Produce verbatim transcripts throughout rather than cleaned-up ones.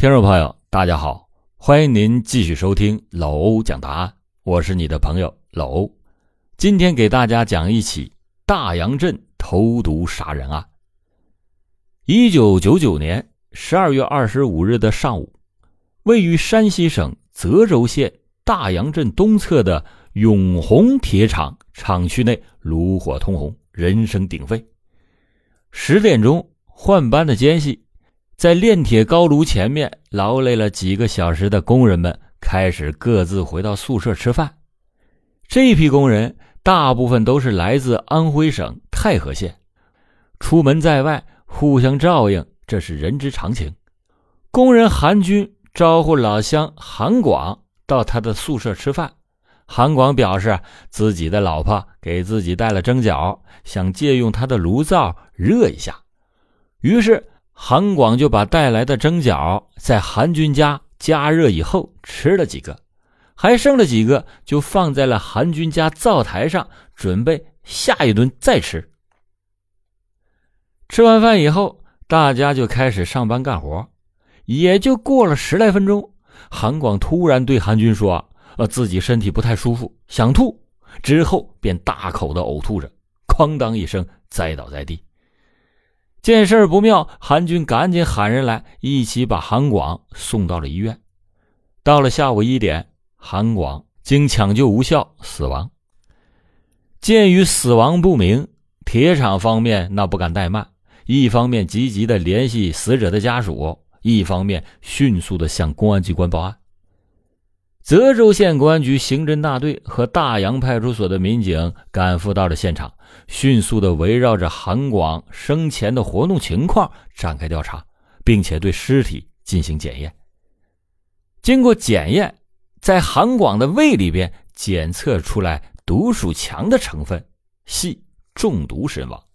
听众朋友大家好，欢迎您继续收听老欧讲答案，我是你的朋友老欧。今天给大家讲一起大杨镇投毒杀人案。一九九九年十二月二十五日的上午，位于山西省泽州县大杨镇东侧的永红铁厂厂区内炉火通红，人声鼎沸。十点钟换班的间隙，在炼铁高炉前面劳累了几个小时的工人们开始各自回到宿舍吃饭。这批工人大部分都是来自安徽省太和县，出门在外互相照应，这是人之常情。工人韩军招呼老乡韩广到他的宿舍吃饭，韩广表示自己的老婆给自己带了蒸饺，想借用他的炉灶热一下。于是韩广就把带来的蒸饺在韩军家加热以后吃了几个，还剩了几个就放在了韩军家灶台上，准备下一顿再吃。吃完饭以后，大家就开始上班干活，也就过了十来分钟，韩广突然对韩军说呃，自己身体不太舒服，想吐，之后便大口的呕吐着，哐当一声栽倒在地。见事不妙，韩军赶紧喊人来，一起把韩广送到了医院。到了下午一点，韩广经抢救无效死亡。鉴于死亡不明，铁厂方面那不敢怠慢，一方面积极的联系死者的家属，一方面迅速的向公安机关报案。泽州县公安局刑侦大队和大杨派出所的民警赶赴到了现场，迅速地围绕着韩广生前的活动情况展开调查，并且对尸体进行检验。经过检验，在韩广的胃里边检测出来毒鼠强的成分，系中毒身亡。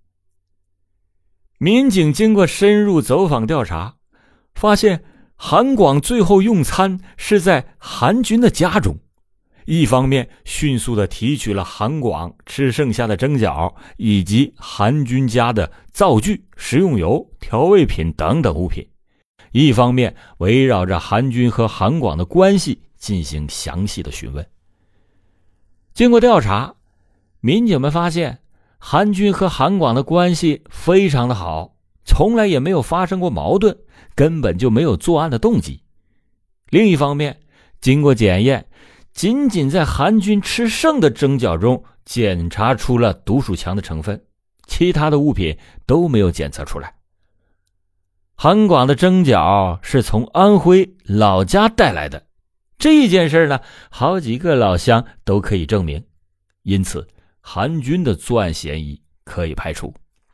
民警经过深入走访调查，发现韩广最后用餐是在韩军的家中，一方面迅速地提取了韩广吃剩下的蒸饺以及韩军家的灶具、食用油、调味品等等物品，一方面围绕着韩军和韩广的关系进行详细的询问。经过调查，民警们发现韩军和韩广的关系非常的好，从来也没有发生过矛盾，根本就没有作案的动机。另一方面，经过检验，仅仅在韩军吃剩的蒸饺中检查出了毒鼠强的成分，其他的物品都没有检测出来。韩广的蒸饺是从安徽老家带来的，这件事呢，好几个老乡都可以证明，因此韩军的作案嫌疑可以排除。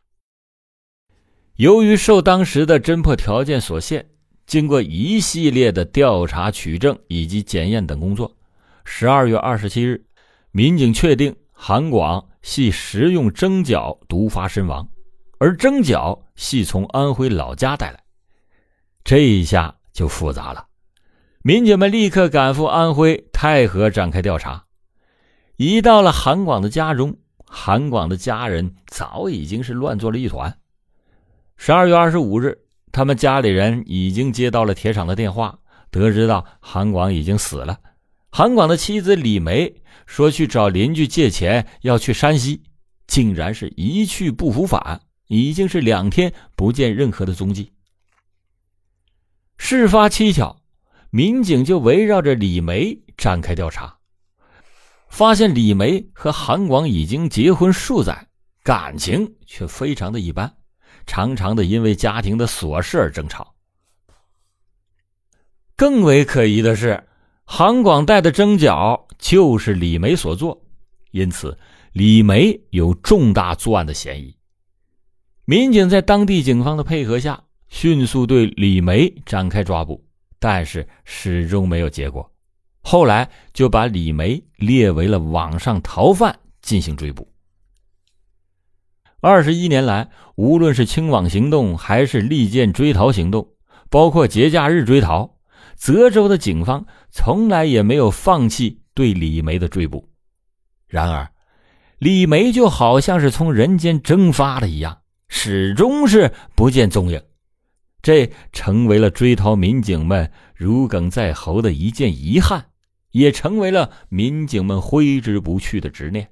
由于受当时的侦破条件所限，经过一系列的调查取证以及检验等工作，十二月二十七日，民警确定韩广系食用蒸饺毒发身亡，而蒸饺系从安徽老家带来。这一下就复杂了，民警们立刻赶赴安徽太和展开调查。一到了韩广的家中，韩广的家人早已经是乱作了一团。十二月二十五日，他们家里人已经接到了铁厂的电话，得知到韩广已经死了。韩广的妻子李梅说去找邻居借钱，要去山西，竟然是一去不复返，已经是两天不见任何的踪迹。事发蹊跷，民警就围绕着李梅展开调查，发现李梅和韩广已经结婚数载，感情却非常的一般，常常的因为家庭的琐事而争吵。更为可疑的是，韩广带的蒸饺就是李梅所做，因此李梅有重大作案的嫌疑。民警在当地警方的配合下，迅速对李梅展开抓捕，但是始终没有结果。后来就把李梅列为了网上逃犯进行追捕。二十一年来，无论是清网行动还是利剑追逃行动，包括节假日追逃，泽州的警方从来也没有放弃对李梅的追捕。然而李梅就好像是从人间蒸发了一样，始终是不见踪影。 这成为了追逃民警们如鲠在喉的一件遗憾，也成为了民警们挥之不去的执念。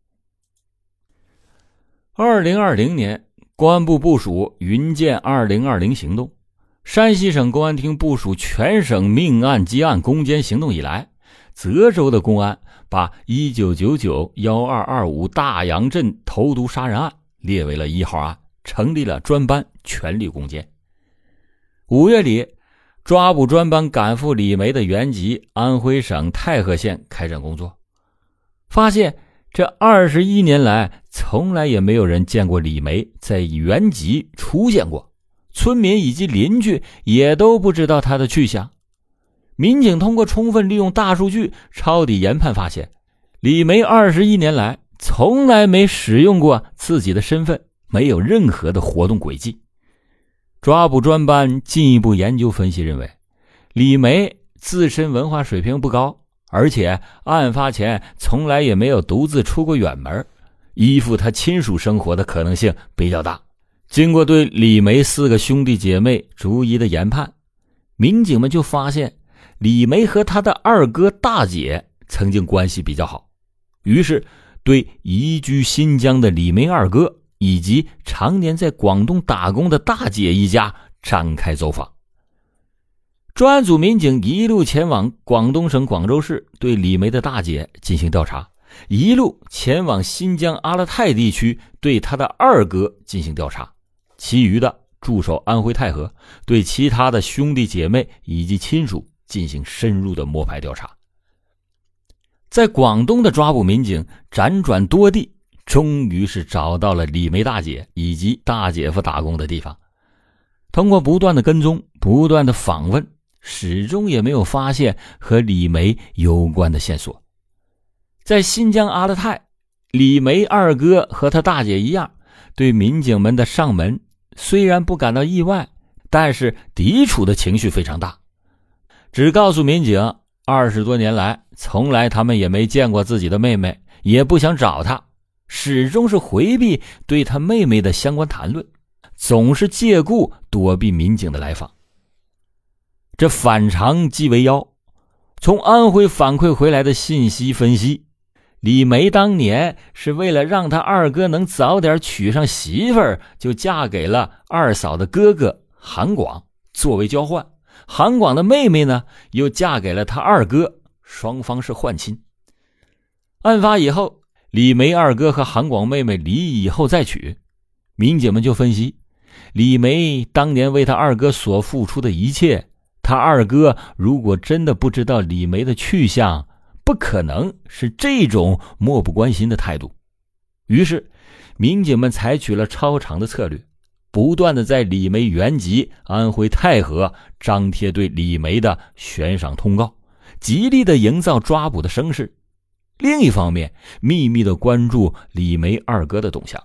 二零二零年，公安部部署云剑二零二零行动，山西省公安厅部署全省命案积案攻坚行动以来，泽州的公安把一九九九一二二五大杨镇投毒杀人案列为了一号案，成立了专班，全力攻坚。五月里，抓捕专班赶赴李梅的原籍安徽省太和县开展工作，发现这二十一年来从来也没有人见过李梅在原籍出现过，村民以及邻居也都不知道她的去向。民警通过充分利用大数据抄底研判发现，李梅二十一年来从来没使用过自己的身份，没有任何的活动轨迹。抓捕专班进一步研究分析认为，李梅自身文化水平不高，而且案发前从来也没有独自出过远门，依附他亲属生活的可能性比较大。经过对李梅四个兄弟姐妹逐一的研判，民警们就发现李梅和他的二哥大姐曾经关系比较好，于是对移居新疆的李梅二哥以及常年在广东打工的大姐一家展开走访。专案组民警一路前往广东省广州市，对李梅的大姐进行调查，一路前往新疆阿勒泰地区，对他的二哥进行调查，其余的驻守安徽太和，对其他的兄弟姐妹以及亲属进行深入的摸排调查。在广东的抓捕民警辗转多地，终于是找到了李梅大姐以及大姐夫打工的地方。通过不断的跟踪，不断的访问，始终也没有发现和李梅有关的线索。在新疆阿勒泰，李梅二哥和他大姐一样，对民警们的上门虽然不感到意外，但是抵触的情绪非常大，只告诉民警二十多年来从来他们也没见过自己的妹妹，也不想找她，始终是回避对他妹妹的相关谈论，总是借故躲避民警的来访。这反常即为妖，从安徽反馈回来的信息分析，李梅当年是为了让他二哥能早点娶上媳妇儿，就嫁给了二嫂的哥哥韩广作为交换，韩广的妹妹呢又嫁给了他二哥，双方是换亲。案发以后，李梅二哥和韩广妹妹离异以后再娶，民警们就分析，李梅当年为他二哥所付出的一切，他二哥如果真的不知道李梅的去向，不可能是这种漠不关心的态度。于是民警们采取了超常的策略，不断的在李梅原籍安徽太和张贴对李梅的悬赏通告，极力的营造抓捕的声势。另一方面，秘密的关注李梅二哥的动向。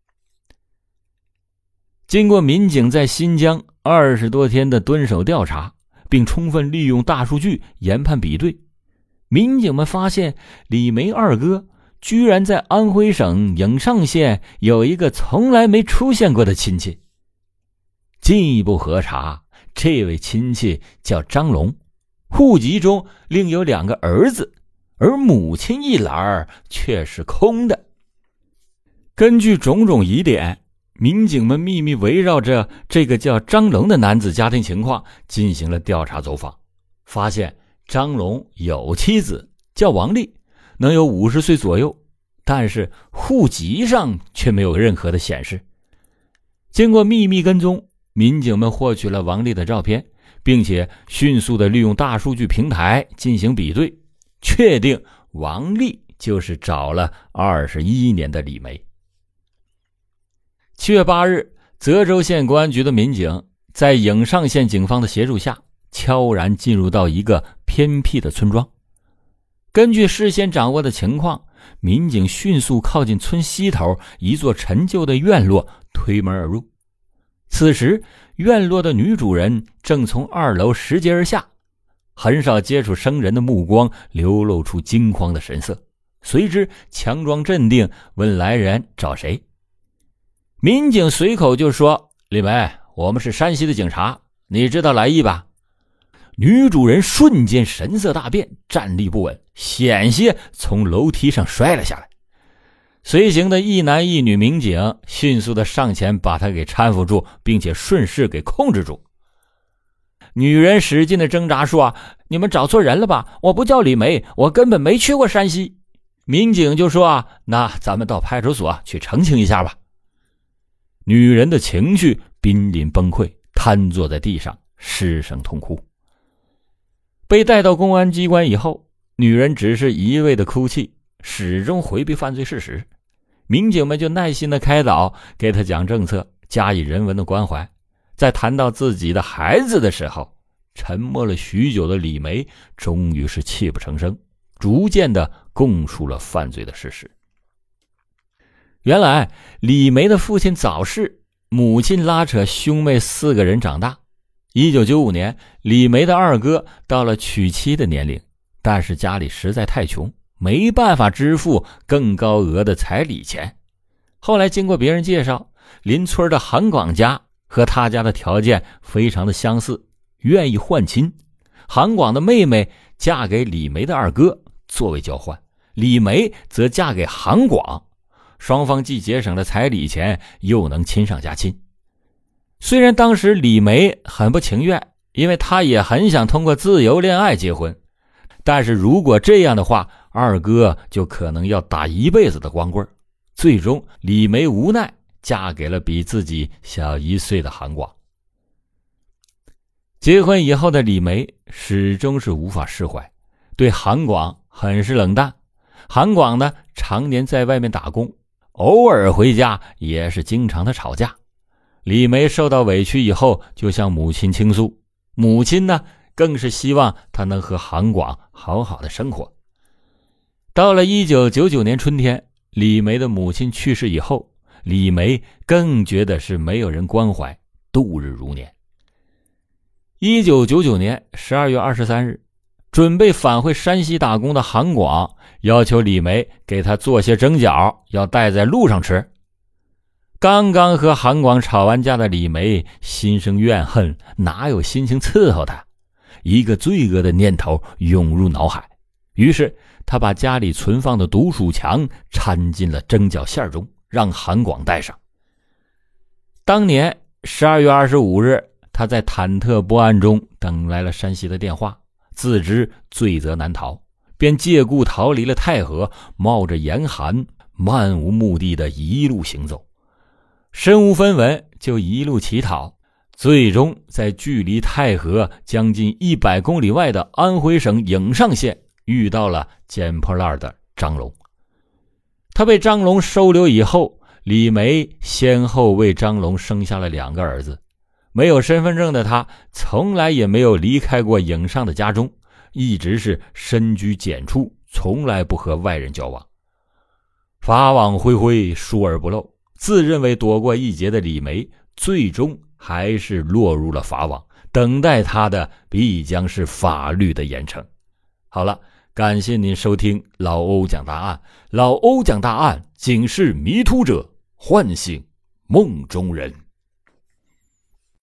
经过民警在新疆二十多天的蹲守调查，并充分利用大数据研判比对，民警们发现李梅二哥居然在安徽省颍上县有一个从来没出现过的亲戚。进一步核查，这位亲戚叫张龙，户籍中另有两个儿子，而母亲一栏却是空的。根据种种疑点，民警们秘密围绕着这个叫张龙的男子家庭情况进行了调查走访，发现张龙有妻子叫王丽，能有五十岁左右，但是户籍上却没有任何的显示。经过秘密跟踪，民警们获取了王丽的照片，并且迅速的利用大数据平台进行比对，确定王丽就是找了二十一年的李梅。七月八日，泽州县公安局的民警在颍上县警方的协助下，悄然进入到一个偏僻的村庄。根据事先掌握的情况，民警迅速靠近村西头一座陈旧的院落，推门而入。此时院落的女主人正从二楼拾阶而下，很少接触生人的目光流露出惊慌的神色，随之强装镇定，问来人找谁。民警随口就说，李梅，我们是山西的警察， 你知道来意吧？女主人瞬间神色大变，站立不稳，险些从楼梯上摔了下来。随行的一男一女民警迅速的上前把她给搀扶住，并且顺势给控制住。女人使劲的挣扎说啊，你们找错人了吧，我不叫李梅，我根本没去过山西。民警就说啊，那咱们到派出所去澄清一下吧。女人的情绪濒临崩溃，瘫坐在地上失声痛哭。被带到公安机关以后，女人只是一味的哭泣，始终回避犯罪事实。民警们就耐心的开导，给她讲政策，加以人文的关怀。在谈到自己的孩子的时候，沉默了许久的李梅终于是泣不成声，逐渐的供述了犯罪的事实。原来李梅的父亲早逝，母亲拉扯兄妹四个人长大。一九九五年，李梅的二哥到了娶妻的年龄，但是家里实在太穷，没办法支付更高额的彩礼钱。后来经过别人介绍，邻村的韩广家和他家的条件非常的相似，愿意换亲。韩广的妹妹嫁给李梅的二哥作为交换，李梅则嫁给韩广，双方既节省了彩礼钱，又能亲上加亲。虽然当时李梅很不情愿，因为她也很想通过自由恋爱结婚，但是如果这样的话，二哥就可能要打一辈子的光棍。最终李梅无奈嫁给了比自己小一岁的韩广。结婚以后的李梅始终是无法释怀，对韩广很是冷淡。韩广呢，常年在外面打工，偶尔回家也是经常的吵架。李梅受到委屈以后就向母亲倾诉，母亲呢更是希望她能和韩广好好的生活。到了一九九九年春天，李梅的母亲去世以后，李梅更觉得是没有人关怀，度日如年。一九九九年十二月二十三日，准备返回山西打工的韩广要求李梅给他做些蒸饺，要带在路上吃。刚刚和韩广吵完架的李梅心生怨恨，哪有心情伺候他？一个罪恶的念头涌入脑海，于是他把家里存放的毒鼠强掺进了蒸饺馅中，让韩广带上。当年十二月二十五日，他在忐忑不安中等来了山西的电话，自知罪责难逃，便借故逃离了太和，冒着严寒漫无目的的一路行走。身无分文就一路乞讨，最终在距离太和将近一百公里外的安徽省颍上县遇到了捡破烂的张龙。他被张龙收留以后，李梅先后为张龙生下了两个儿子。没有身份证的他从来也没有离开过颍上的家中，一直是深居简出，从来不和外人交往。法网恢恢，疏而不漏，自认为躲过一劫的李梅最终还是落入了法网，等待他的必将是法律的严惩。好了，感谢您收听老欧讲大案。老欧讲大案，警示迷途者，唤醒梦中人。